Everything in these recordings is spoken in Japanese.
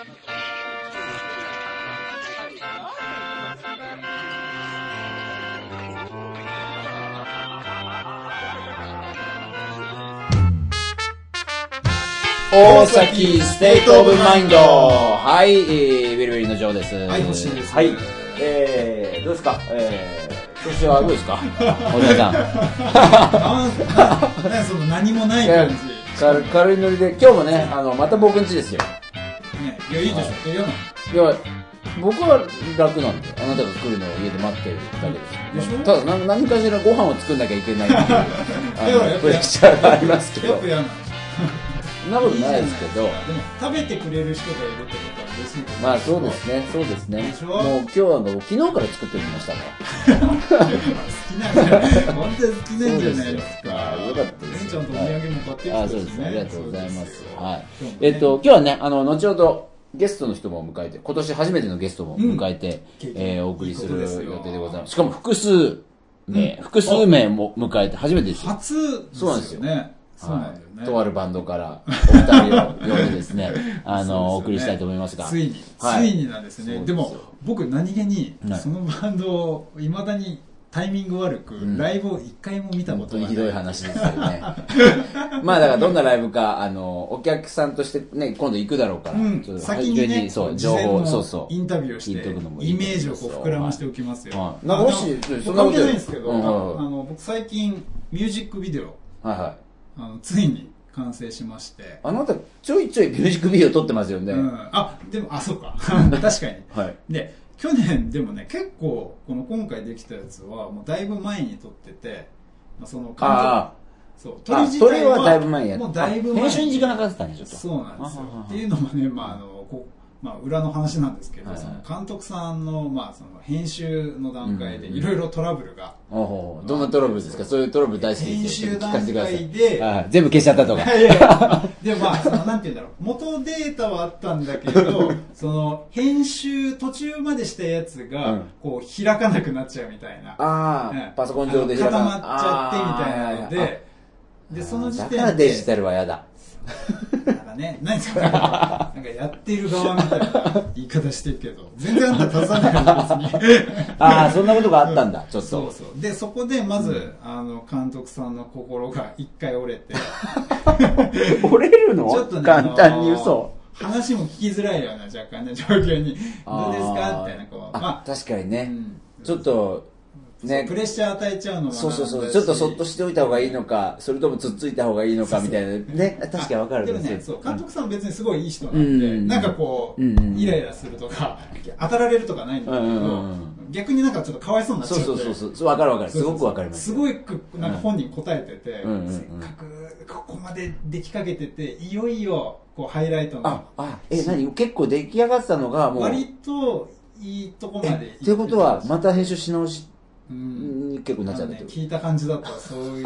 大崎ステートオブマインド。はい、ウィルウィルのジョーです。 はい、欲しいです。 はい、どうですか、調子はどうですかおじさん。 その何もない感じ。 軽いノリで、今日もね、また僕ん家ですよ。 ね、いや、いいでしょ。 いや、僕は楽なんで、あなたが来るのを家で待ってるだけです。でしょ？ただ何かしらご飯を作んなきゃいけないっていうプレッシャーがありますけど。そんなことないですけど、 でも食べてくれる人がいるってことは嬉しいですね。 まあそうですね、そうですね。もう今日は昨日から作ってみましたから。 好きなんじゃない、本当に好きなんじゃないですか。 よかったです。 ちゃんとお土産も買ってきてですね。 あ、そうですね。ありがとうございます。はい。今日はね、後ほどゲストの人も迎えて、今年初めてのゲストも迎えて、お送りする予定でございます。しかも複数名も迎えて初めてですよ。 初ですよね。そうなんですよね。 とあるバンドからお二人を呼んでですね、お送りしたいと思いますが。 ついになんですね。でも、僕何気に、そのバンドを未だにタイミング悪く、ライブを一回も見たことがない。 ひどい話ですよね。まあだからどんなライブか、お客さんとしてね、今度行くだろうから。 先にね、 情報、そう。 インタビューをして、イメージを膨らましておきますよ。 なんかもし、 そんなことないんですけど、僕最近、ミュージックビデオ、ついに完成しまして。 あなたちょいちょいミュージックビデオ撮ってますよね。 でも、そうか。確かに。 はい。 で、去年でもね、結構、今回できたやつは、もうだいぶ前に撮ってて、そのそう、撮り自体はだいぶ前やった。 もうだいぶ前。 編集に時間がかかってたんでしょ。 そうなんですよ。っていうのもね、裏の話なんですけど、その監督さんの、その編集の段階でいろいろトラブルが。 どんなトラブルですか？そういうトラブル大好きですよ。 編集段階で。 全部消しちゃったとか。 でもなんて言うんだろう。元データはあったんだけど、その、編集途中までしたやつが、開かなくなっちゃうみたいな。 パソコン上で固まっちゃってみたいなので、で、その時点で。 だからデジタルは嫌だ。 なんかね、なんかやってる側みたいな言い方してるけど、全然あんた立たないよ、別に。 そんなことがあったんだ、ちょっと。 そうそう。で、そこでまず、監督さんの心が一回折れて。 折れるの？ ちょっとね、 簡単に嘘。 話も聞きづらいような若干な状況に、どうですかみたいな、 確かにね。ちょっと、ね、 プレッシャー与えちゃうのもそう。ちょっとそっとしておいた方がいいのか、それともつっついた方がいいのかみたいな。ね、確かにわかるんですよ。でもね、そう、監督さん別にすごいいい人なんで、なんかイライラするとか、当たられるとかないんだけど、逆になんかちょっとかわいそうになっちゃって。 そう、わかる。すごくわかります。 すごい、なんか本人答えてて、せっかくここまでできかけてて、いよいよ、ハイライトの。 何結構出来上がってたのが、もう。 割と、いいとこまで。 っていうことは、また編集し直し、結構なっちゃったってこと。 聞いた感じだったらそういう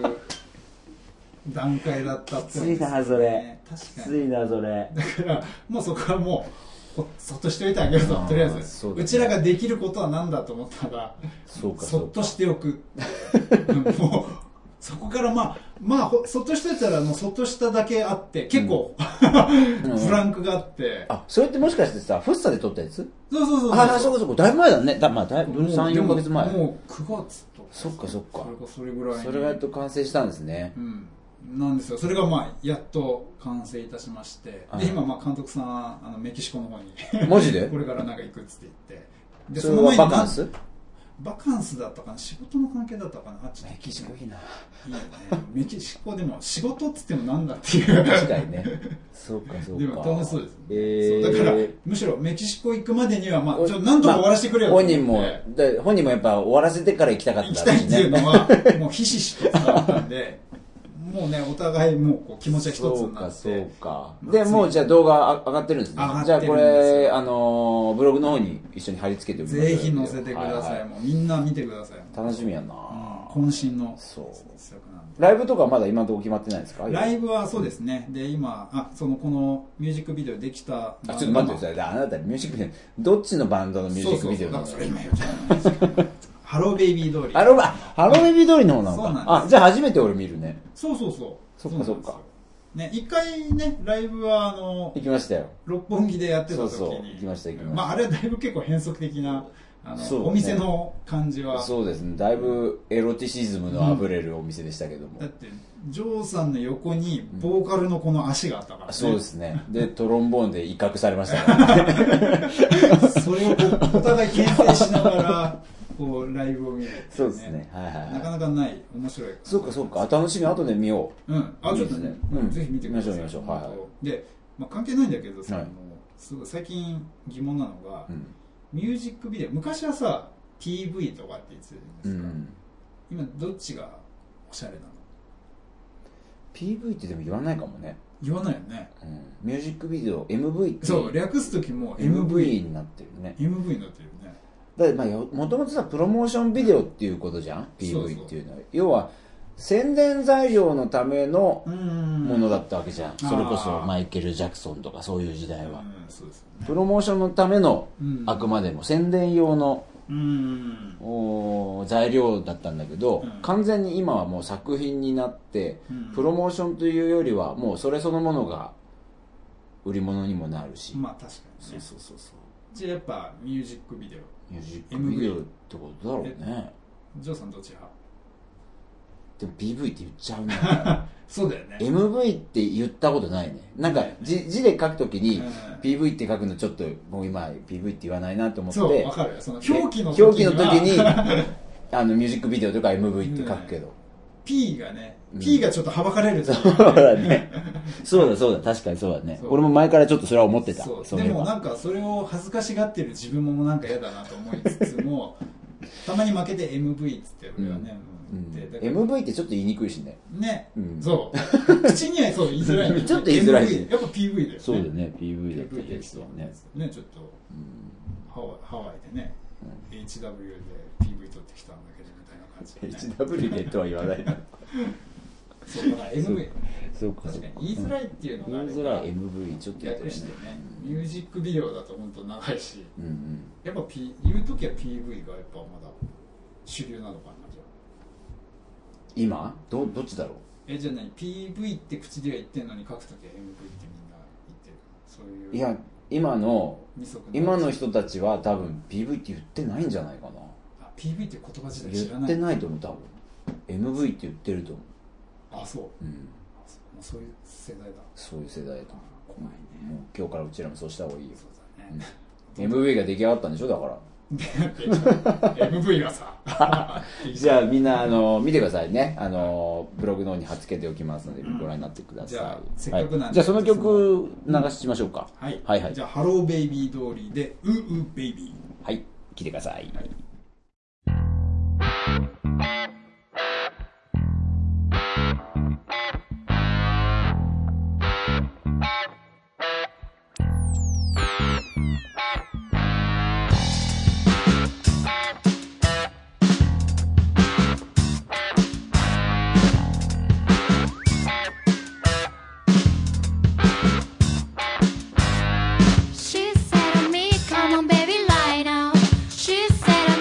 段階だったっぽいですね。 きついなそれ。 確かに。 きついなそれ。 だからもうそこはもうそっとしておいてあげると、とりあえず、うちらができることは何だと思ったら、そっとしておく。もうそこからそっとしてたらもうそっとしただけあって結構フランクがあって。 それってもしかしてさ、フッサで撮ったやつ？ そう。 そう。だいぶ前だね。だいぶ3、4ヶ月前。 もう9月とか。 そっか。 それぐらいに。 それがやっと完成したんですね。 なんですよ。それがやっと完成いたしまして。で、今監督さん、メキシコの方に。 マジで？ これからなんか行くっつって言って。で、 それはバカンス？ バカンスだったかな、仕事の関係だったかな。 メキシコいいな。 いいよね。メキシコでも仕事っつってもなんだっていう。 確かにね。そうか。 でも楽しそうです。だからむしろメキシコ行くまでにはなんとか終わらせてくれよ。 本人もやっぱ終わらせてから行きたかった。 行きたいっていうのはもうひしひしと伝わったんで。もうね、お互いもう気持ちは一つになって。 そうか。で、もうじゃあ動画上がってるんですね。じゃあこれ、ブログの方に一緒に貼り付けておきます。 ぜひ載せてください。もうみんな見てください。 楽しみやな。 渾身の。 そう。ライブとかまだ今のとこ決まってないですか？ ライブはそうですね。で、今、このミュージックビデオできた。 ちょっと待ってください。あなたミュージックビデオ、どっちのバンドのミュージックビデオなの？ それ今言っちゃった。ハローベイビー通り。 ハローベイビー通りの方なのか。じゃあ初めて俺見るね。 そう。 そっか。 ね、一回ね、ライブは行きましたよ。 六本木でやってた時に。 そう行きました。 まああれはだいぶ結構変則的な、お店の感じは。 そうですね。だいぶエロティシズムの溢れるお店でしたけども。 だって、ジョーさんの横にボーカルのこの足があったからね。 そうですね。で、トロンボーンで威嚇されましたからね。 それをお互い牽制しながら、こう、ライブを見る、ね。 そうですね。はいはい。 なかなかない、面白い。 そうか。楽しみ、後で見よう。うん。ちょっとね、ぜひ見てください。 見ましょう。はいはい。 で、まあ関係ないんだけどさ、すごい最近疑問なのが、ミュージックビデオ、昔はさ、PV とかって言ってたじゃないですか。今、どっちがおしゃれなの？ PV ってでも言わないかもね。 言わないよね。 ミュージックビデオ、MV って。 そう、略すときも MV になってるね。 MV になってるよね。 だってまあもともとさ、プロモーションビデオっていうことじゃん、PV っていうのは。要は、宣伝材料のためのものだったわけじゃん。それこそマイケル・ジャクソンとかそういう時代は。プロモーションのための、あくまでも宣伝用の材料だったんだけど、完全に今はもう作品になって、プロモーションというよりはもうそれそのものが売り物にもなるし。 まあ確かにね。そう。じゃあやっぱミュージックビデオ。 ミュージックビデオってことだろうね。 ジョーさんどっち派？ でも PV って言っちゃうね。 そうだよね。 MV って言ったことないね。なんか字で書くときに PV って書くのちょっともう今 PV って言わないなと思って。 そう、わかるよ。その表記の時にミュージックビデオとか MV って書くけど。 P がね、P がちょっとはばかれる。 そうだね。そうだ。確かにそうだね。俺も前からちょっとそれは思ってた。 でもなんかそれを恥ずかしがってる自分もなんか嫌だなと思いつつも、たまに負けて MV っつって俺はね、 MV ってちょっと言いにくいしね。 ね。そう。口にはそう言いづらい。 ちょっと言いづらいし。 やっぱ PV だよね。 そうだね、PV だったりね。ちょっとハワイでね、HW で PV 撮ってきたんだけどみたいな感じで。 HW でとは言わないな。 そうだから MV。 そうか。 確かに言いづらいっていうのが言いづらい MV ちょっと略してね。ミュージックビデオだと本当長いし、やっぱ言うときは PV がやっぱまだ主流なのかな。 今どっちだろう？じゃあ何 PV って口では言ってんのに書くときは MV ってみんな言ってる。そういう。 いや今の人たちは多分 PV って言ってないんじゃないかな。 PV って言葉自体知らない。 言ってないと思う多分。MV って言ってると思う。 あ、そう。そういう世代だ。 そういう世代だ。 怖いね。 もう今日からうちらもそうした方がいいよ。 そうだね。 MV が出来上がったんでしょだから。 MV はさじゃあみんな見てくださいね。ブログの方に貼っ付けておきますのでご覧になってください。 じゃあせっかくなんで、 じゃあその曲流しましょうか。 はい。じゃあハローベイビー通りでウーベイビー。はい、聴いてください。 She said to me, come on baby lie down. She said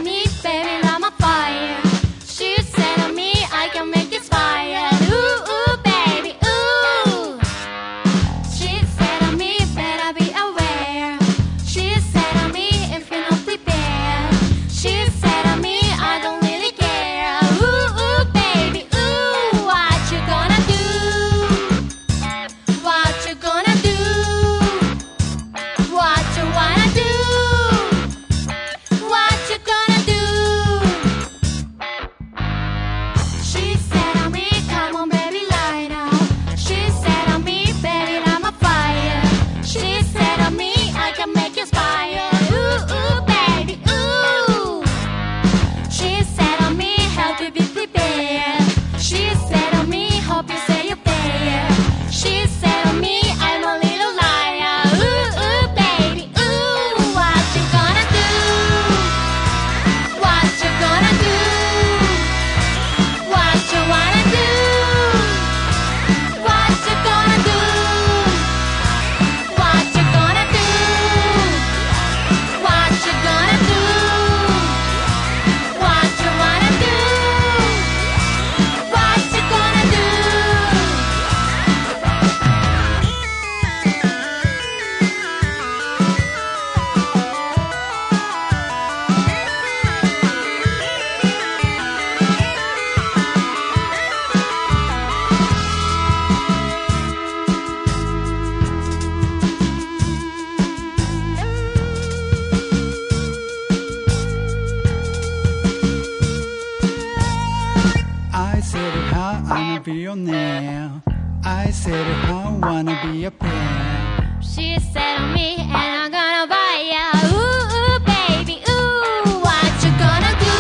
billionaire. I said I wanna be a pair. She said on me and I'm gonna buy ya. Ooh, baby, ooh, what you gonna do?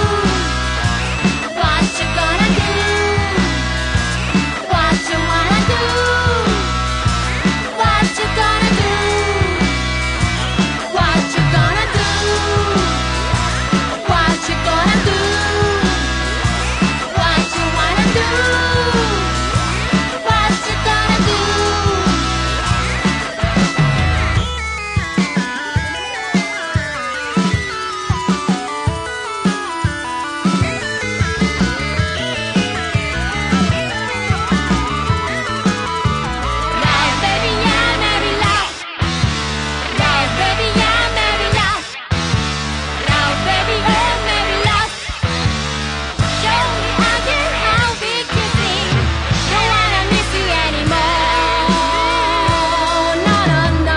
What you gonna do? What you wanna do? What you gonna do? What you gonna do? What you gonna do? What you wanna do? What you gonna do? Love, baby, yeah, marry love. Love, baby, yeah, marry love. Love, baby, oh, marry love. Show me again how we kissing. Don't wanna miss you anymore. No, no, no.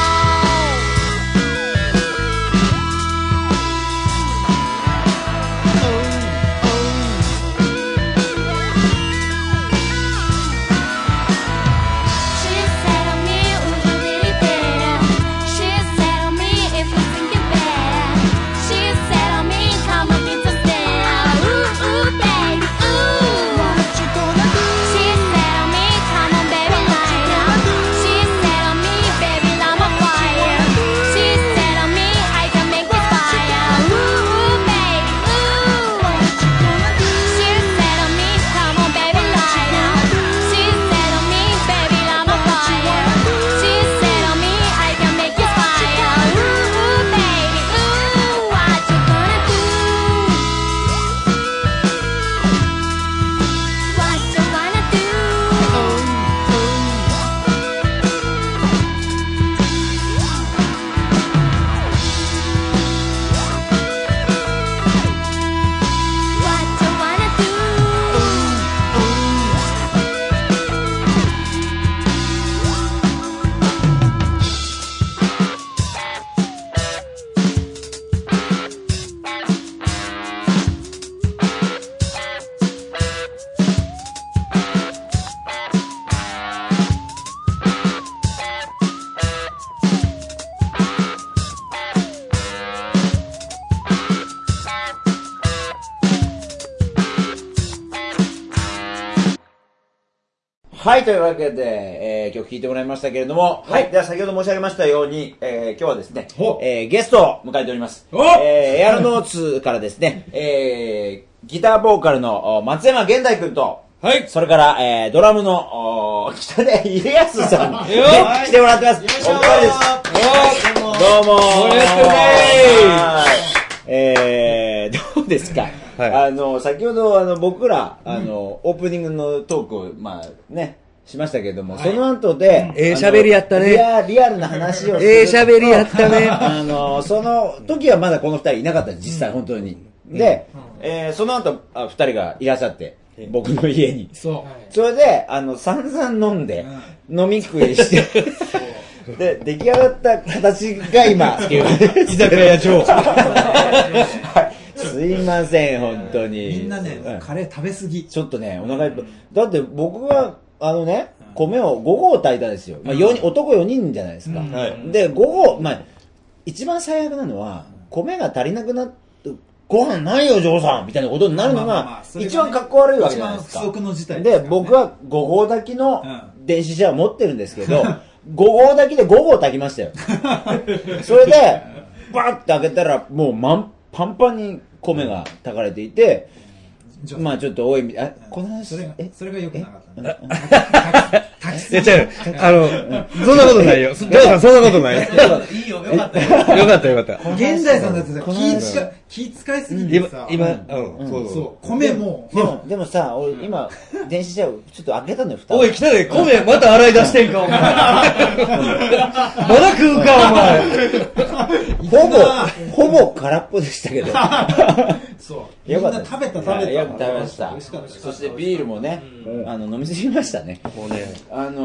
She said on me, would you really better? She said on me, if you think it better. She said on me, come on, get to stand. Ooh, ooh, baby, ooh. What you gonna do? She said on me, come on, baby, light up. She said on me, baby, I'm a fire. She said on me, I can make this fire. Ooh, baby, ooh. What you gonna do? She said on me, come on, baby, light up. She said on me, baby, I'm a fire. She said on me, I can make this fire. Ooh, baby, ooh. What you gonna do? What you wanna do? What you wanna do? はい、というわけで、曲聴いてもらいましたけれども、はい、では先ほど申し上げましたように、今日はですね、ゲストを迎えております。エアロノーツからですね、ギターボーカルの松山玄大君と、はい。それから、ドラムの、北出入安さんに、来てもらってます。お二人です。どうもどうですか、はい、先ほど、僕ら、オープニングのトークを、まあね、しましたけれども、はい、その後で、 喋りやったね。 リアルな話をする。 喋りやったね。 その時はまだこの二人いなかった実際、本当に。で、その後、二人がいらっしゃって、僕の家に。それで、散々飲んで、飲み食いして、で、出来上がった形が今、 居酒屋長。 すいません、本当に。 みんなね、カレー食べ過ぎ。 ちょっとね、お腹いっぱい。だって僕は、米を5合炊いたんですよ。まあ、男4人じゃないですか。で、5合、まあ、一番最悪なのは、米が足りなくなって、ご飯ないよ、ジョーさんみたいなことになるのが、一番かっこ悪いわけじゃないですか。 不測の事態で、僕は5合炊きの電子シャワー持ってるんですけど、5合炊きで5合炊きましたよ。それで、バーって開けたら、もうパンパンに米が炊かれていて、まあちょっと多い、この話、 それが良くなかったね。 いや、違う、そんなことないよ。ジョーさん、そんなことない。 いいよ、よかったよ。 よかったよかった。 現代さんだってさ、気使いすぎてさ。 今、 そう、米も。 でもさ、俺今、電子シャワーちょっと開けたのよ、蓋。 おい、来たね、米また洗い出してんか、お前。まだ食うか、 お前。ほぼ空っぽでしたけど。 そう。みんな食べた。 よく食べました。そしてビールもね、飲みすぎましたね。 もうね、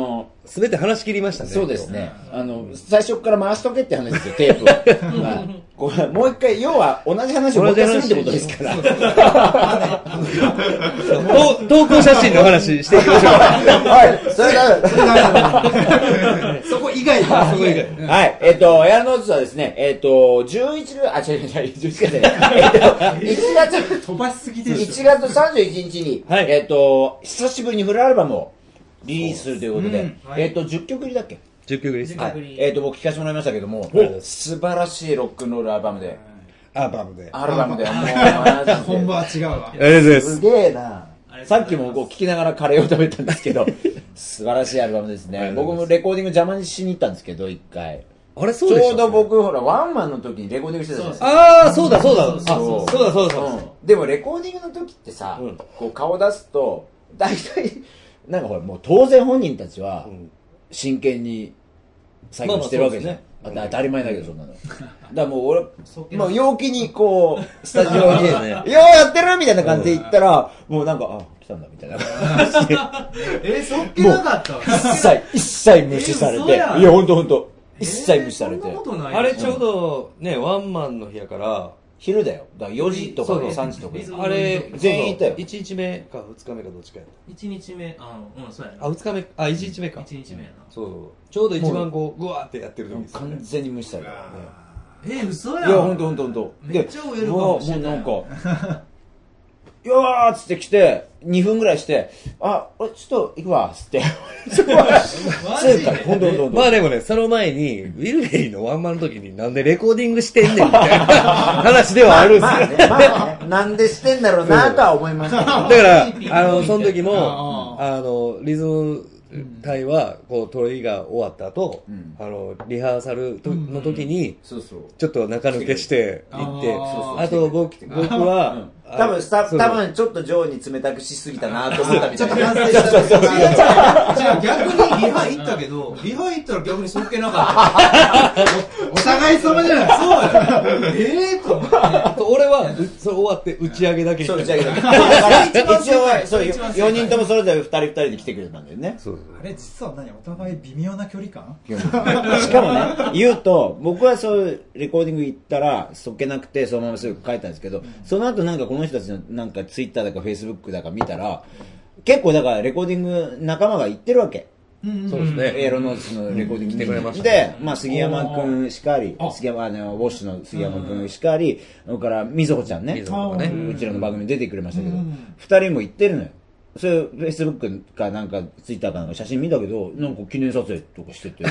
すべて話し切りましたね。 そうですね。最初から回しとけって話ですよ、テープを。 これもう一回、要は同じ話をもう一回するってことですから。 投稿写真の話していきましょう。 はい、それそこ以外だ。そこ以外。 はい、エアロノーツはですね、11月、11月じゃない。1月、 飛ばしすぎでしょ。 1月31日に、 はい、 久しぶりにフルアルバムをリリースするということで、10曲入りだっけ 10曲です。 はい。僕聞かせてもらいましたけども、素晴らしいロックンロールアルバムで。 アルバムで。 本場は違うわ。 ありがとうございます。 すげえな。さっきもこう聞きながらカレーを食べたんですけど、素晴らしいアルバムですね。僕もレコーディング邪魔にしに行ったんですけど、一回。 あれそうでしょちょうど僕、ほら、ワンマンの時にレコーディングしてたじゃないですか。 ああ、そうだ。そうだ。 でもレコーディングの時ってさ、こう顔出すと、大体、なんかほら、もう当然本人たちは、真剣に作業してるわけじゃん。当たり前だけど、そんなの。だからもう俺、もう陽気にこう、スタジオに、ようやってるみたいな感じで行ったら、もうなんか、あ、来たんだみたいな感じで。 そっけなかった一切無視されて。いや、ほんと。一切無視されて。 あれちょうどね、ワンマンの日やから、 昼だよ。だから4時とか3時とか。 あれ、 全員いたよ。 1日目か2日目かどっちかやった。 1日目、そうやな。 2日目、1日目か。 1日目やな。 そう。ちょうど一番こう、ぐわーってやってる時です。 完全に無視された。 嘘やん。 いや、ほんと。 めっちゃウェルカムしてたよ。 もうなんか、よーっつって来て、2分ぐらいして、あ、俺ちょっと行くわ、つって。ほんと。 まあでもね、その前に、ウィルベリーのワンマンの時になんでレコーディングしてんねんみたいな話ではあるんですよ。 まあね、なんでしてんだろうなとは思いました。だから、その時も、リズム隊は、こう、トリが終わった後、リハーサルの時に、ちょっと中抜けして行って、あと僕は、 多分ちょっとジョーに冷たくしすぎたなと思ったみたいな。 反省した逆にリハ行ったけど、リハ行ったら逆にそっけなかった。 お互い様じゃない。 そうや。と思って。 俺は、それ終わって打ち上げだけそう、打ち上げだけ。だから一応は、そう、4人ともそれぞれ2人で来てくれたんだよね。 あれ実はお互い微妙な距離感しかもね、言うと、僕はそうレコーディング行ったら、そっけなくて、そのまますぐ帰ったんですけど、その後なんかこの人たちのなんかツイッターだかフェイスブックだか見たら、結構だからレコーディング仲間が行ってるわけ。 そうですね。 エアロノーツのレコーディング来てくれました。 で、まあ杉山くんしかり、ウォッシュの杉山くんしかり、それからみずほちゃんね、うちらの番組に出てくれましたけど、2人も行ってるのよ。それ、フェイスブックかなんか、ツイッターかなんか写真見たけど、なんか記念撮影とかしてて。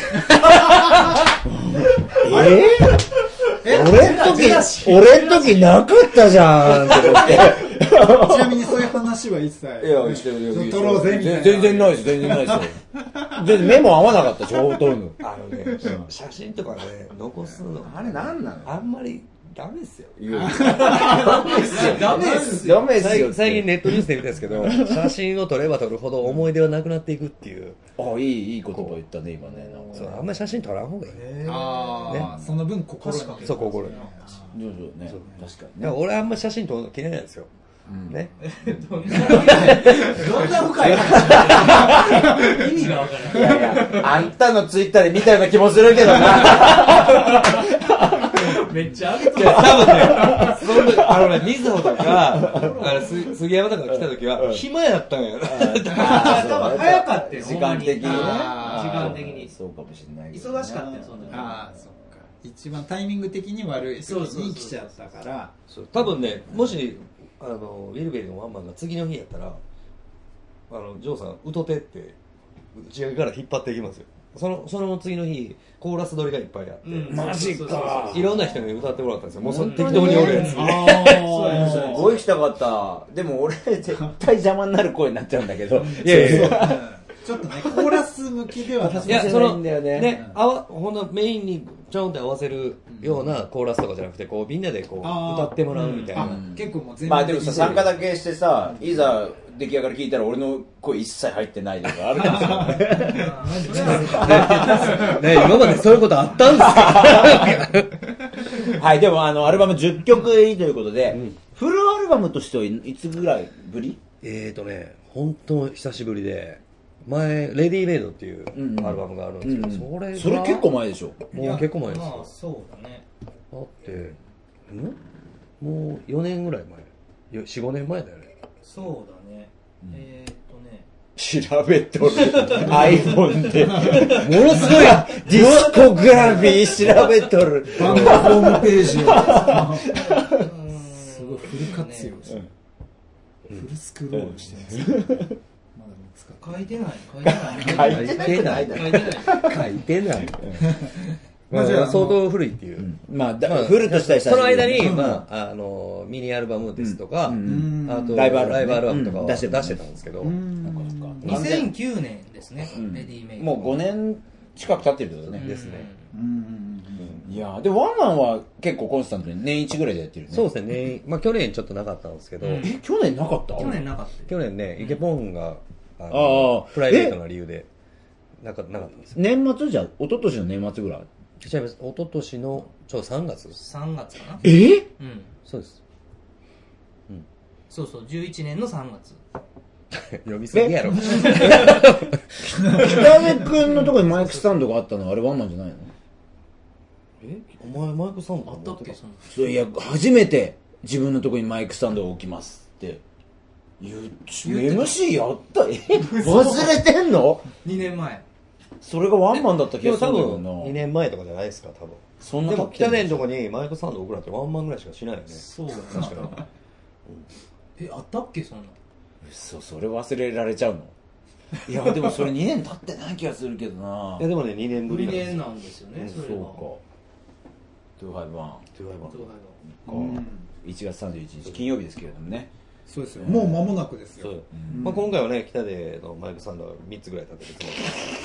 俺ん時なかったじゃんって思って。 ちなみにそういう話は一切。 いや、してる。 撮ろうぜみたいな。 全然ないです、全然目も合わなかったし、ほとんど。 写真とかね、残すの。 あれなんなのあんまり。ダメですよ。 ダメですよ。 最近ネットニュースで見たんですけど、写真を撮れば撮るほど思い出はなくなっていくっていう。 あ、いい言葉言ったね、今ね。 そう、あんまり写真撮らん方がいい。 その分心に。 そう、心に。 ね、確かにね。俺あんまり写真撮るの嫌いなんですよ。ね。 どんな深い話意味がわからない。 いや、あんたのツイッターで見たような気もするけどな。 めっちゃ上げてる。 多分ね、みずほとか、杉山とか来た時は、暇やったんやな。 多分早かったよ、 時間的にね。 時間的に。 そうかもしれない。 忙しかったよ、そんな。 ああ、そっか。一番タイミング的に悪い時に来ちゃったから。 多分ね、もし、ウィルベリーのワンマンが次の日やったら、ジョーさん、歌てって、打ち上げから引っ張っていきますよ。その次の日、コーラス取りがいっぱいあって、 マジか。 いろんな人に歌ってもらったんですよ。もう適当におるやつ。 すごい行きたかった。でも俺、絶対邪魔になる声になっちゃうんだけど。 いや。 ちょっとね、コーラス向きでは確かにないんだよね。 ほんのメインにちょんって合わせるようなコーラスとかじゃなくて、こうみんなでこう歌ってもらうみたいな。 結構もう全部。 まあでもさ、参加だけしてさ、いざ出来上がり聞いたら俺の声一切入ってないとかあるんですよね。今までそういうことあったんですか。 はい、でもアルバム10曲いいということで、フルアルバムとしてはいつぐらいぶり？ 本当久しぶりで。前、レディーメイドっていうアルバムがあるんですけど、それ結構前でしょ。 もう結構前ですよ。 そうだね。 だって、もう4年ぐらい前。4、5年前だよね。 そうだね。 調べとる。iPhone で。 ものすごいディスコグラフィー調べとる。 バンドホームページを。すごいフル活用して。フルスクロールしてます。まだ見つかった。 書いてない。 書いてない。まあ、じゃあ相当古いっていう。 まあ、古としたりしたその間に、まあ、ミニアルバムですとか、あと、ライブアルバムとかを出してたんですけど。 2009年ですね、レディメイク。 もう5年近く経ってるってことね。 ですね。 いやで、ワンマンは結構コンスタントに年1ぐらいでやってるね。 そうですね。まあ去年ちょっとなかったんですけど。 去年なかった？ 去年なかった。 去年ね、イケポンが、プライベートな理由で、なかったんですよ。 年末じゃ、一昨年の年末ぐらい？ 違います。一昨年の、3月 ?3 月かな。 うん。そうです。 そう、11年の3月。 読みすぎやろ。 北目くんのとこにマイクスタンドがあったのはあれワンマンじゃないの？ お前マイクスタンドあったっけ？ いや、初めて自分のとこにマイクスタンドを置きますって言う。MC やった？忘れてんの？ 2 年前。 それがワンマンだった気がするんだけどな。 2年前とかじゃないですか、多分。 そんなでも北根のとこにマイクスタンド置くなんてワンマンぐらいしかしないよね。 そうだね。 確かに。あったっけ、そんな。 それ忘れられちゃうの？いや、でもそれ2年経ってない気がするけどな。 いや、でもね、2年ぶりなんですよね、それは。 そうか。251。1月31日、金曜日ですけれどもね。 そうですよ。もう間もなくですよ。 まあ今回はね、北でのマイクスタンドは3つぐらい立てて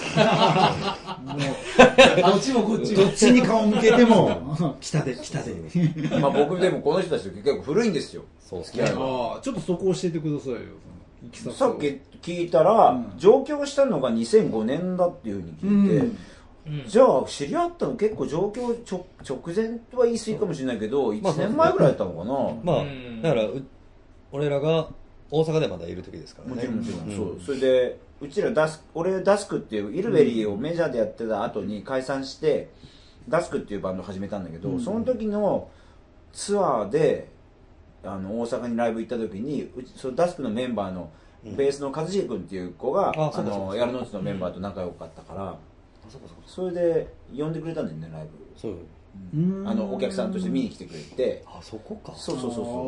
どっちもこっちも。 どっちに顔向けても、北で。 まあ僕でもこの人たち結構古いんですよ。 そう付き合いは。ちょっとそこ教えてくださいよ。 さっき聞いたら、上京したのが2005年だっていうふうに聞いて、じゃあ知り合ったの結構上京直前とは言い過ぎかもしれないけど、1年前ぐらいだったのかな。 まあ、だから俺らが大阪でまだいる時ですからね。 もちろん。そう。それで、うちら俺ダスクっていうイルベリーをメジャーでやってた後に解散して、ダスクっていうバンドを始めたんだけど、その時のツアーで、大阪にライブ行った時に、そのダスクのメンバーのベースの和志君っていう子が、ヤルノーツのメンバーと仲良かったから、それで呼んでくれたんだよね、ライブ。 そう。 お客さんとして見に来てくれて。 あ、そこか。 そう。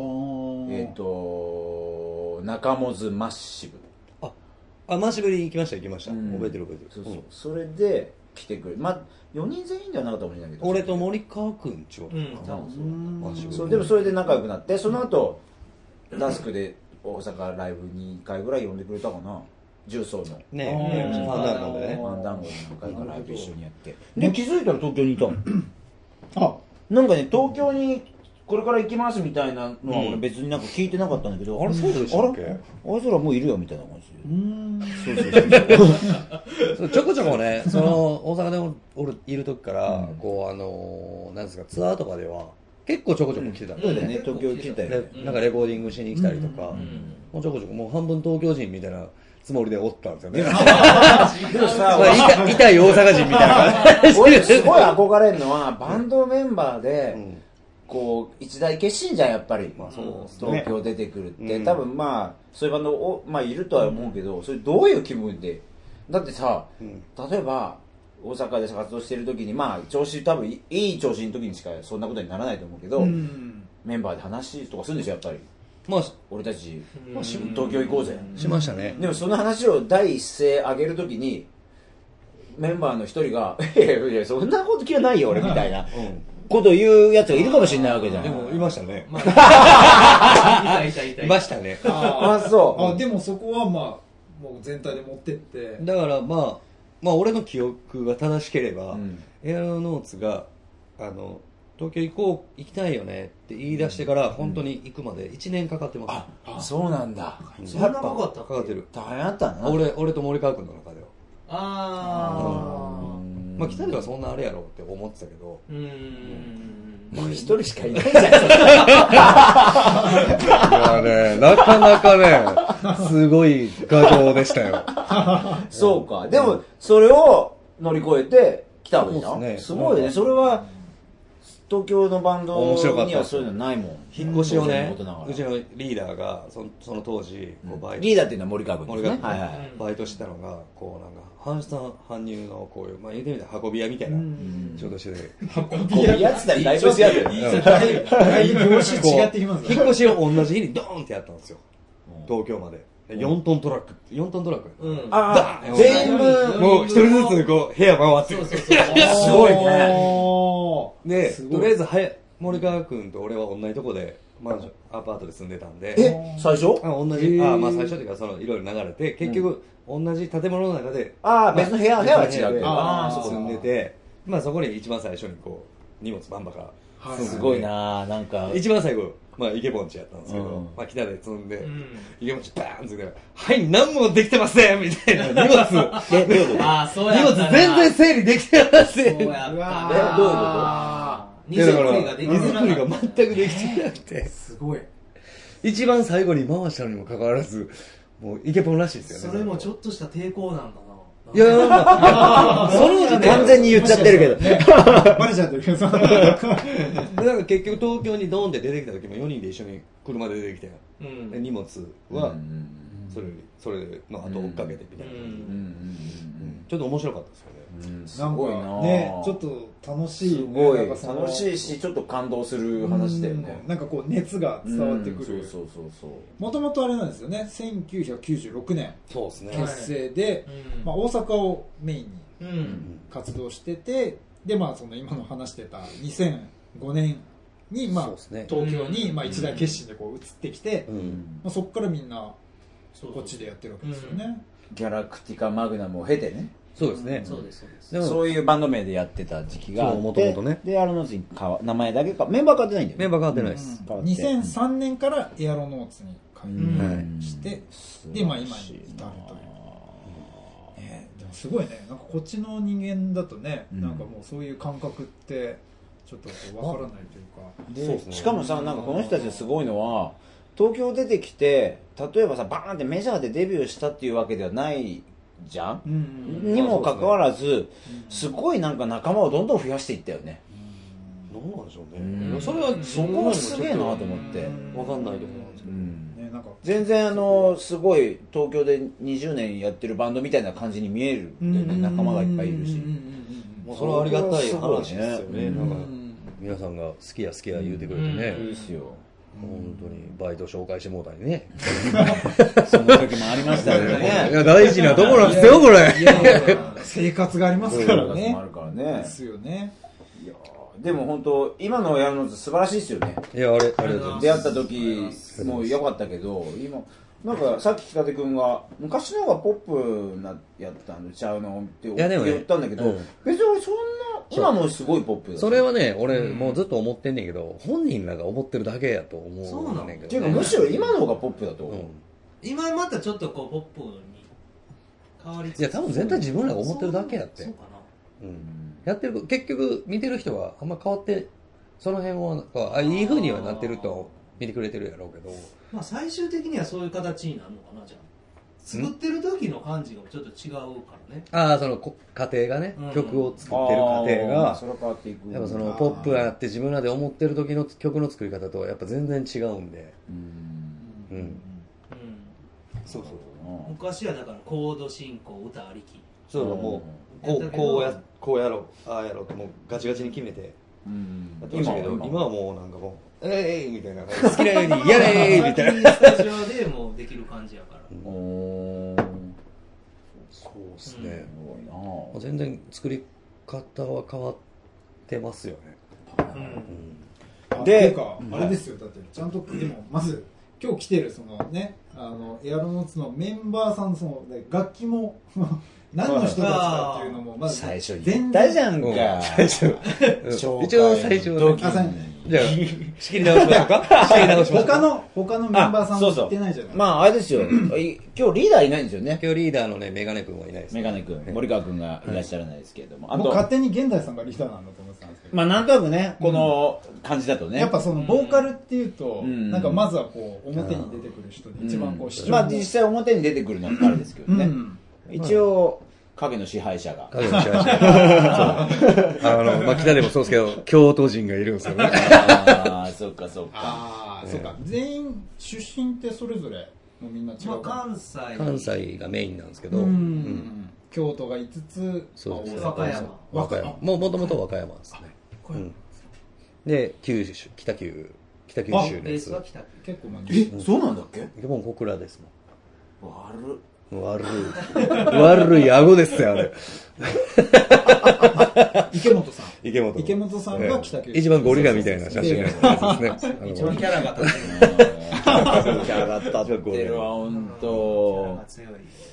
中モズマッシブ。 マッシブに行きました。覚えてる。 それで来てくれ。まあ、4人全員ではなかったかもしれないけど。 俺と森川くんちょうどかな。でもそれで仲良くなって、その後、ダスクで大阪ライブに2回ぐらい呼んでくれたかな。重曹の。 ねファンダンゴでね。 ファンダンゴで何回かライブ一緒にやって。で、気づいたら東京にいたの。なんかね、東京にこれから行きますみたいなのは俺別になんか聞いてなかったんだけど、 あれそうでしたっけ？ あいつらもういるよみたいな感じで。 そうちょこちょこね、その大阪で俺いる時から、こうなんですか、ツアーとかでは結構ちょこちょこ来てたんそうだよね、東京来てたよ。 なんかレコーディングしに来たりとか、もうちょこちょこもう半分東京人みたいなつもりでおったんですよね。でもさ、痛い大阪人みたいな感じ。 俺すごい憧れるのは、バンドメンバーで、こう、一大決心じゃん、やっぱり。東京出てくるって。多分まあ、そういうバンド、まあいるとは思うけど、それどういう気分で。だってさ、例えば、大阪で活動してる時に、まあ、多分いい調子の時にしかそんなことにならないと思うけど、メンバーで話とかするんでしょ、やっぱり。まあ、俺たち、東京行こうぜ。 しましたね。 でもその話を第一声上げるときに、メンバーの一人が、いや、そんなこと気はないよ、俺、みたいなことを言うやつがいるかもしれないわけじゃん。 でも、いましたね。 いましたね。 そう。 でもそこはまあ、もう全体で持ってって。 だからまあ、俺の記憶が正しければ、エアロノーツが、東京行きたいよねって言い出してから本当に行くまで1年かかってます。 あ、そうなんだ。 そんなかかった？ かかってる。 大変だったな。 俺と森川君の中では。まあ北ではそんなあれやろうって思ってたけど。 まあ一人しかいないじゃん。いやね、なかなかね、すごい画像でしたよ。 そうか。でもそれを乗り越えて来たわけじゃん。すごいね。それは東京のバンドにはそういうのないもん。 引っ越しをね、うちのリーダーがその当時バイト、リーダーっていうのは森川君ですね。 バイトしてたのがこうなんか搬出搬入のこういう、まあ言ってみたら運び屋みたいな仕事してて、 運び屋って言ったらだいぶ違うよね。 だいぶ業種違ってきますね。 引っ越しを同じ日にドーンってやったんですよ、東京まで。4トントラック、 ああ、全部もう一人ずつこう部屋回ってる。 すごいね。 でとりあえず森川君と俺は同じとこでマンションアパートで住んでたんで。 最初？ 同じ、まあ最初というかそのいろいろ流れて結局同じ建物の中で、 別の部屋は違うけど住んでて、まあそこに一番最初にこう荷物バンバカ。 すごいな、なんか一番最後まあイケボンチやったんですけど、まあ北で積んでイケボンチバーンってはい何もできてませんみたいな荷物荷物全然整理できてません。 そうやった。 どういうこと？ 荷造りができてなかった。 荷造りが全くできてなくて、 すごい。 一番最後に回したのにもかかわらずもうイケボンらしいですよね。 それもちょっとした抵抗なんだな。 いやその時完全に言っちゃってるけどバレちゃってるけど。 だから結局東京にドーンって出てきた時も4人で一緒に車で出てきて、荷物はそれの後追っかけてみたいな、ちょっと面白かったですよね。 すごいなね、ちょっと楽しい、 すごい楽しいしちょっと感動する話だよね。 なんかこう熱が伝わってくる。もともとあれなんですよね、1996年結成で、まあ大阪をメインに活動してて、でまあその今の話してた2005年にまあ東京にまあ一大決心でこう移ってきて、まあそこからみんなこっちでやってるわけですよね。 ギャラクティカマグナムを経てね。 そうですね。 そういうバンド名でやってた時期があって、 ね、 でアロノーツに名前だけかメンバー変わってないんだよね。 メンバー変わってないです。 2003年からエアロノーツに加入して、でまあ今に至るという。でもすごいね。なんかこっちの人間だとね、なんかもうそういう感覚ってちょっとわからないというか。 でしかもさ、なんかこの人たちすごいのは東京出てきて、例えばさバーンってメジャーでデビューしたっていうわけではないじゃん、にもかかわらず、すごいなんか仲間をどんどん増やしていったよね。 どうなんでしょうね。 それはそこはすげえなと思って分かんないと思うんですけど、 全然すごい東京で20年やってるバンドみたいな感じに見えるんだよね。仲間がいっぱいいるし、 もうそれはありがたい話ですよね。なんか皆さんが好きや言うてくれてね、 いいですよ。 本当にバイト紹介してもうたりね。 その時もありましたよね。 いや大事なところなんですよこれ。 生活がありますからね。 ですよね。いやでも本当今のやるのって素晴らしいですよね。 いやありがとうございます。 出会った時も良かったけど、今なんかさっき北出君が昔の方がポップなやったんちゃうのって言ったんだけど、別に俺そんな今もすごいポップだ。 それはね俺もうずっと思ってんねんけど、本人らが思ってるだけやと思うねんけど。 っていうかむしろ今の方がポップだと思う。 今またちょっとこうポップに変わりつつ。 いや多分絶対自分らが思ってるだけやって。そうかな。やってる結局見てる人はあんま変わってその辺はいい風にはなってると見てくれてるやろうけど。 まあ最終的にはそういう形になるのかな。じゃあ作ってる時の感じがちょっと違うからね。 ああその過程がね、曲を作ってる過程がやっぱそのポップやって自分らで思ってる時の曲の作り方とはやっぱ全然違うんで。 そう昔はだからコード進行歌ありき。 そうもうこうやろうああやろうともうガチガチに決めてやってましたけど、今はもうなんかもうみたいな好きなようにやれみたいな。 スタジオでもうできる感じやから。 そうですね。全然作り方は変わってますよね。で、あれですよ。だってちゃんとでもまず今日来てるそのねエアロノーツのメンバーさんその楽器も何の人たちかっていうのもまず最初に言ったじゃんか。 最初一応最初じゃあ仕切り直しましょうか。仕切り直しましょうか。 他のメンバーさんも言ってないじゃない。 まああれですよ。今日リーダーいないんですよね。 今日リーダーのねメガネ君はいないです。 メガネ君森川君がいらっしゃらないですけれども。 もう勝手に現代さんがリーダーなんだと思ってたんですけど。 まあなんとなくねこの感じだとね。 やっぱそのボーカルっていうとなんかまずはこう表に出てくる人で一番こうまあ実際表に出てくるのは彼ですけどね。一応影の支配者が。 影の支配者が。まあ、北でもそうですけど、京都人がいるんですよね。 ああ、そっかそっか。 ああ、そっか。全員、出身ってそれぞれ、もうみんな違う。 関西がメインなんですけど、 京都が5つ、 そうです。和歌山。 もともと和歌山ですね。で、北九州です。 結構そうなんだっけ？ もう小倉ですもん。 悪い顎ですよ、あれ。 池本さん。 池本さんが北九州。 一番ゴリラみたいな写真がですね。 一番キャラが立ってる。 キャラ立ってるわ、ほんと。 強い。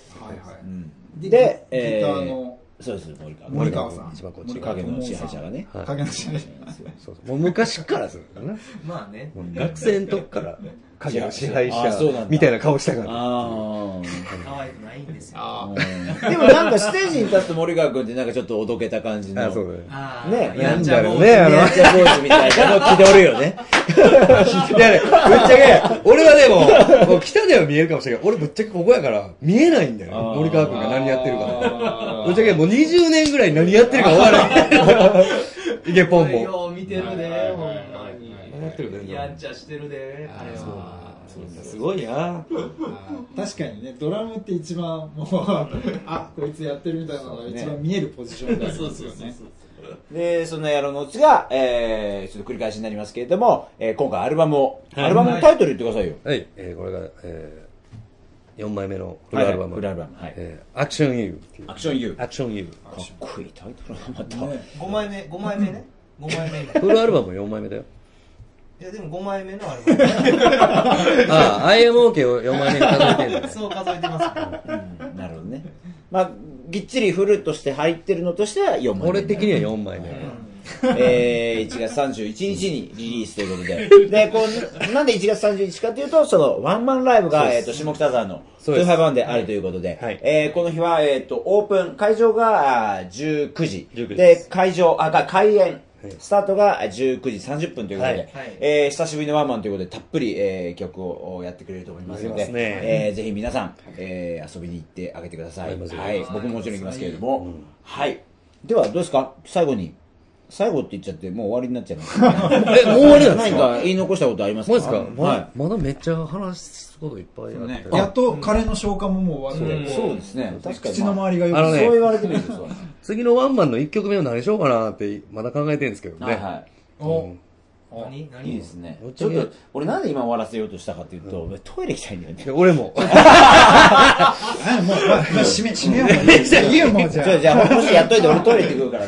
で、 ギターの、 そうです、 森川さん。 一番こっち。 影の支配者がね。 影の支配者。 そうもう昔からですよね。 まあね。 学生の時から影の支配者みたいな顔したから。 可愛くないんですよ。 でもなんかステージに立つと森川君ってなんかちょっとおどけた感じの。 そうだね。 やんちゃ坊主。 やんちゃ坊主みたいなの気取るよね。 いやね、ぶっちゃけ、俺はでも、北では見えるかもしれないけど、俺ぶっちゃけここやから見えないんだよ。森川君が何やってるか。ぶっちゃけもう20年ぐらい何やってるか分からない。イケポンも。 よう見てるで、ほんまに。やんちゃしてるで、彼は。 すごいな。 確かにね、ドラムって一番もうこいつやってるみたいなのが一番見えるポジションですよね。 で、そんな野郎のうちが、ちょっと繰り返しになりますけれども、今回アルバムのタイトル言ってくださいよ。 はい、これが、4枚目のフルアルバム。アクション U。 アクション U。 アクション U。 かっこいいタイトルがまた。 5枚目ね。5枚目。 フルアルバム4枚目だよ。 いやでも5枚目のアルバム。 ああ、IMOK を4枚目に数えてるんだ。 そう数えてます。 なるほどね。まあ、ぎっちりフルとして入ってるのとしては4枚目。 俺的には4枚目。 1月31日にリリースということで。で、なんで1月31日かというと、そのワンマンライブが、下北沢の251であるということで、この日は、オープン、会場が19時。で、開演。スタートが19時30分ということで、久しぶりのワンマンということで、たっぷり、曲をやってくれると思いますので、ぜひ皆さん、遊びに行ってあげてください。はい。僕ももちろん行きますけれども。はい。では、どうですか？最後って言っちゃって、もう終わりになっちゃいます。 もう終わりなんですか？ 何か言い残したことありますか？ まだめっちゃ話すこといっぱいあって。 やっと彼の消化ももう終わって。 そうですね。確かに。 口の周りがよくそう言われてるんですよ。 次のワンマンの1曲目を何しようかなってまだ考えてるんですけどね。 何いいですね。ちょっと、俺なんで今終わらせようとしたかっていうと、トイレ行きたいんだよね。 俺も。 もう、閉めよう。いいよ、もうじゃあ、もしやっといて俺トイレ行ってくるから。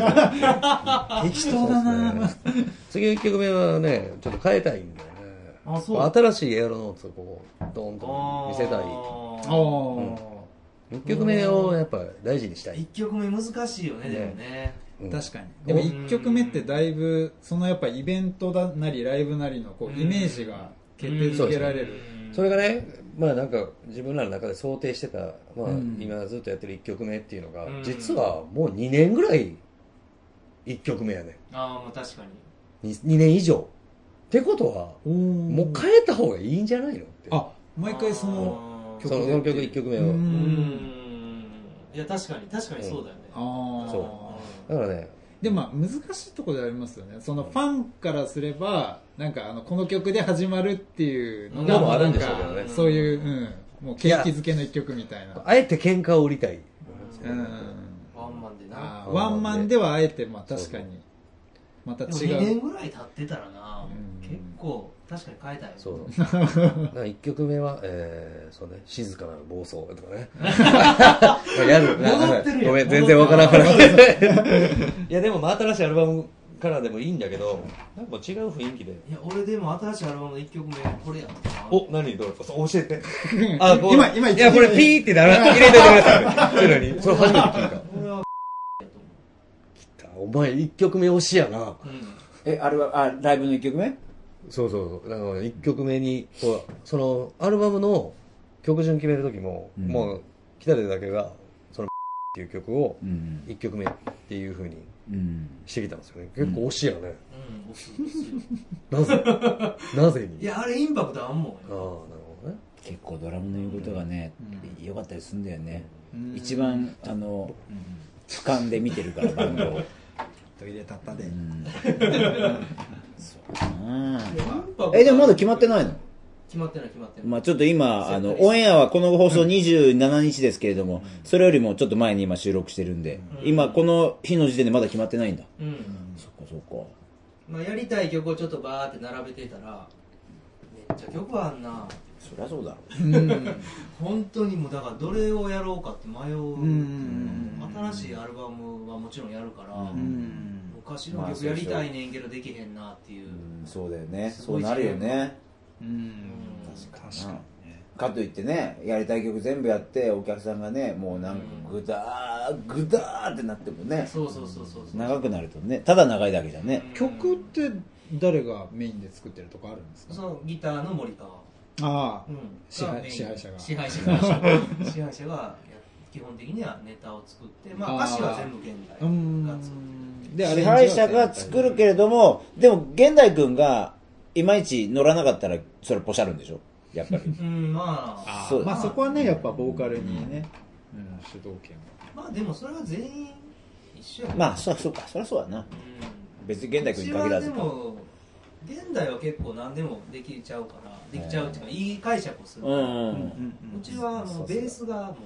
適当だな。 次の1曲目はね、ちょっと変えたいんだよね。新しいエアロノーツをこう、ドーンと見せたい。1曲目をやっぱ大事にしたい。 1曲目難しいよね、でもね。 確かに。でも1曲目ってだいぶ、そのやっぱイベントだなりライブなりのこうイメージが決定づけられる。 それがね、まあなんか自分らの中で想定してた、まあ今ずっとやってる1曲目っていうのが、実はもう2年ぐらい1曲目やね。 ああ、確かに。2年以上。ってことは、もう変えた方がいいんじゃないのって。 毎回その曲1曲目を。 いや、確かにそうだよね。 そう。だからね。 でも難しいところでありますよね。そのファンからすれば、なんかこの曲で始まるっていうのが、 あるんでしょうけどね。 そういう、もう景気づけの一曲みたいな。 あえて喧嘩を売りたい。 ワンマンでな。 ワンマンではあえて、まあ確かに。また違う。 2年ぐらい経ってたらな、結構、確かに変えたい。 そう。1曲目は、そうね、静かなる暴走とかね。ごめん、全然わからなくなって。いや、でも、新しいアルバムからでもいいんだけど、なんか違う雰囲気で。 いや、俺でも新しいアルバムの1曲目、これやったな。 何どう教えて。 今、 いや、これピーって入れてください。それ初めて聞いた。 これは、 お前1曲目推しやな。 ライブの1曲目？ そう。だから1曲目に、そのアルバムの曲順決める時も、もう北出だけがそのっていう曲を1曲目っていう風にしてきたんですよね。結構推しやね。なぜに？ いや、あれインパクトあんもん。 なるほどね。 結構ドラムの言うことがね、良かったりするんだよね。 一番俯瞰で見てるからバンドをトイレ立ったで、 でもまだ決まってないの？ 決まってない。 まあちょっと今オンエアはこの放送27日ですけれども、それよりもちょっと前に今収録してるんで、今この日の時点でまだ決まってないんだ。そっか。 まあやりたい曲をちょっとバーって並べてたらめっちゃ曲あんな。 そりゃそうだろ。 本当にもうだからどれをやろうかって迷う。新しいアルバムはもちろんやるから、昔の曲やりたいねんけどできへんなっていう。 そうだよね。そうなるよね。確かにかといってね、やりたい曲全部やってお客さんがね、もうなんかグダーってなってもね、 そう長くなるとね、ただ長いだけじゃね。 曲って誰がメインで作ってるとかあるんですか？ そのギターの森川、支配者が基本的にはネタを作って、まあ歌詞は全部現代が作って支配者が作るけれども、でも現代君がいまいち乗らなかったらそれポシャるんでしょ、やっぱり。 まあそこはね、やっぱボーカルにね、主導権まあでもそれは全員一緒や。 まあそうか、そりゃそうだな。別に現代君に限らず。 でも現代は結構何でもできちゃうから、できちゃうっていうかいい解釈をするから、うちはもうベースがもう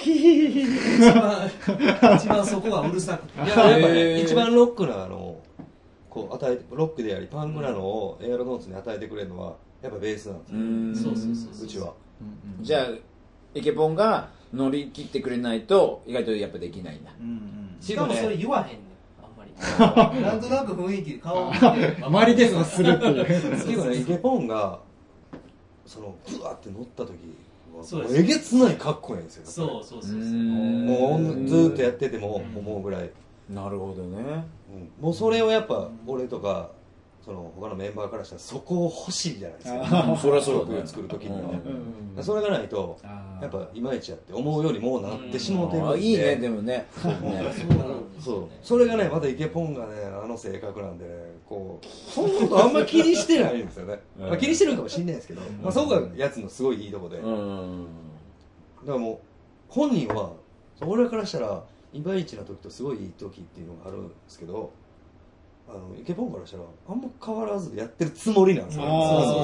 一番そこがうるさくて、 いややっぱね、一番ロックなこうロックでありパンクなのをエアロノーツに与えてくれるのはやっぱベースなんですよ。そううちは。 じゃあイケポンが乗り切ってくれないと意外とやっぱできないんだ。 しかもそれ言わへんねん、あんまり。なんとなく雰囲気顔を見て周りですするっていう。 結構ね、イケポンがそのブワーって乗った時はえげつないかっこいいんですよ。 そうもうずーっとやってても思うぐらい。 なるほどね。 もうそれをやっぱ俺とかその他のメンバーからしたらそこを欲しいじゃないですか。 そりゃそうだね。 作る時にはそれがないとやっぱいまいちやって思うよりもなってしもうてるんで。 いいね、でもね。 それがね、またイケポンがね、性格なんでね、こうそんなことあんま気にしてないんですよね。気にしてるかもしれないですけど、そこがやつのすごいいいとこで、だからもう本人は俺からしたらいまいちな時とすごいいい時っていうのがあるんですけど、イケポンからしたらあんま変わらずやってるつもりなんですよ。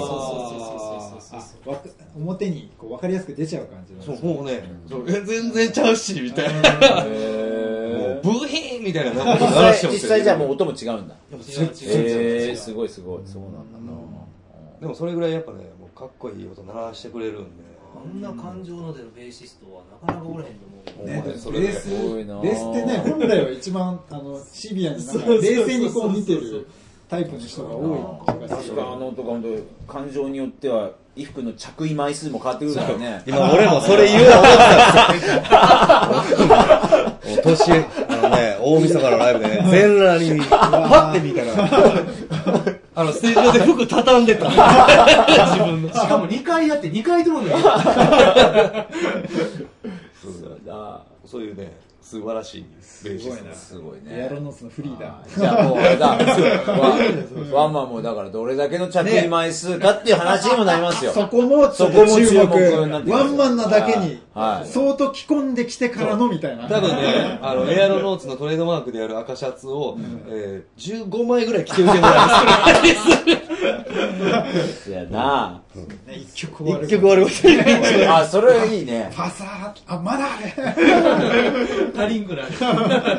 表にこう分かりやすく出ちゃう感じなんですよ。もうね、全然ちゃうしみたいな、もうブヒーンみたいな。 実際じゃあもう音も違うんだ。すごいそうなんだな。 でもそれぐらいやっぱね、もうかっこいい音鳴らしてくれるんで、 あんな感情の出るベーシストはなかなかおれへんと思う。 ベースってね、本来は一番シビアに冷静にこう見てるタイプの人が多い気がする。 確かとか本当感情によっては衣服の着衣枚数も変わってくるからね。 今俺もそれ言うと思ったんですよ。年大晦日のライブでね、全裸にパッて見たらステージ上で服畳んでた。自分の。 しかも2回やって2回ともね。 そういうね、素晴らしいベーシスト。 すごいね。 エアロノーツのフリーダー。 じゃあもうあれだ。ワンマンもだからどれだけの着衣枚数かっていう話にもなりますよ。 そこも注目。ワンマンなだけに相当着込んできてからのみたいな。 多分ね、エアロノーツのトレードマークである赤シャツを15枚ぐらい着てるけどやな。 一曲終わりました。 あ、それいいね。 パサーッ、あ、まだあれ。 足りんぐらい。 そっ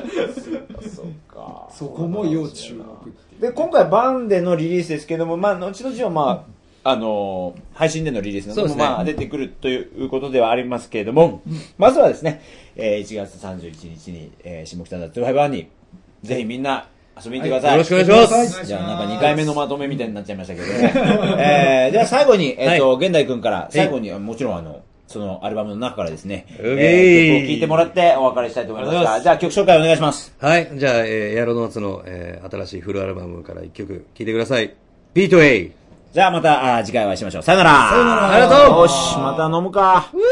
か。 そこも要注目。 で、今回バンでのリリースですけども、まあ、後々はまあ、配信でのリリースなどもまあ出てくるということではありますけれども、まずはですね、1月31日に、下北沢251に、ぜひみんな遊びに行ってください。 よろしくお願いします。 じゃあなんか2回目のまとめみたいになっちゃいましたけどね。では最後に、現代くんから、最後にもちろんそのアルバムの中からですね、曲を聴いてもらってお別れしたいと思いますが、じゃあ曲紹介お願いします。 はい、じゃあ、エアロノーツの、新しいフルアルバムから1曲聴いてください。ビートウェイ。 じゃあまた次回お会いしましょう。さよなら。 さよなら。 ありがとう。よし、また飲むか。